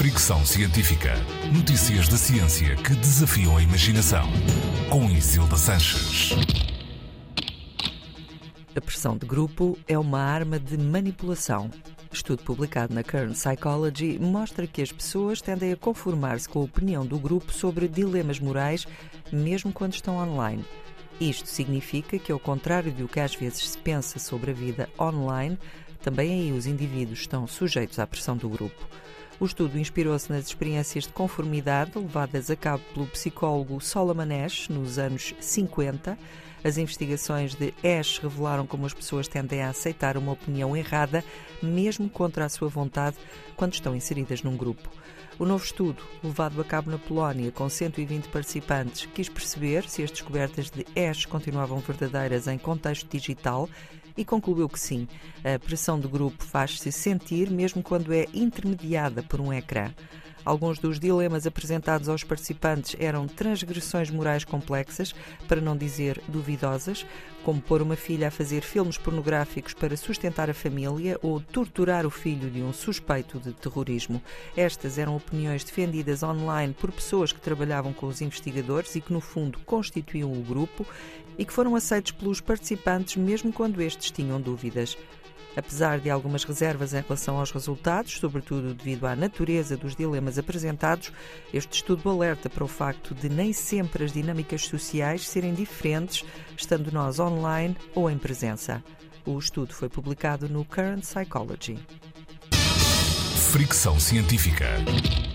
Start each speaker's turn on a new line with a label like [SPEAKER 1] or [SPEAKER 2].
[SPEAKER 1] Fricção Científica. Notícias da ciência que desafiam a imaginação. Com Isilda Sanches.
[SPEAKER 2] A pressão de grupo é uma arma de manipulação. Estudo publicado na Current Psychology mostra que as pessoas tendem a conformar-se com a opinião do grupo sobre dilemas morais, mesmo quando estão online. Isto significa que, ao contrário do que às vezes se pensa sobre a vida online, também aí os indivíduos estão sujeitos à pressão do grupo. O estudo inspirou-se nas experiências de conformidade levadas a cabo pelo psicólogo Solomon Asch nos anos 50. As investigações de Asch revelaram como as pessoas tendem a aceitar uma opinião errada, mesmo contra a sua vontade, quando estão inseridas num grupo. O novo estudo, levado a cabo na Polónia com 120 participantes, quis perceber se as descobertas de Asch continuavam verdadeiras em contexto digital e concluiu que sim, a pressão do grupo faz-se sentir mesmo quando é intermediada por um ecrã. Alguns dos dilemas apresentados aos participantes eram transgressões morais complexas, para não dizer duvidosas, como pôr uma filha a fazer filmes pornográficos para sustentar a família ou torturar o filho de um suspeito de terrorismo. Estas eram opiniões defendidas online por pessoas que trabalhavam com os investigadores e que, no fundo, constituíam o grupo e que foram aceitos pelos participantes mesmo quando estes tinham dúvidas. Apesar de algumas reservas em relação aos resultados, sobretudo devido à natureza dos dilemas apresentados, este estudo alerta para o facto de nem sempre as dinâmicas sociais serem diferentes, estando nós online ou em presença. O estudo foi publicado no Current Psychology.
[SPEAKER 1] Fricção Científica.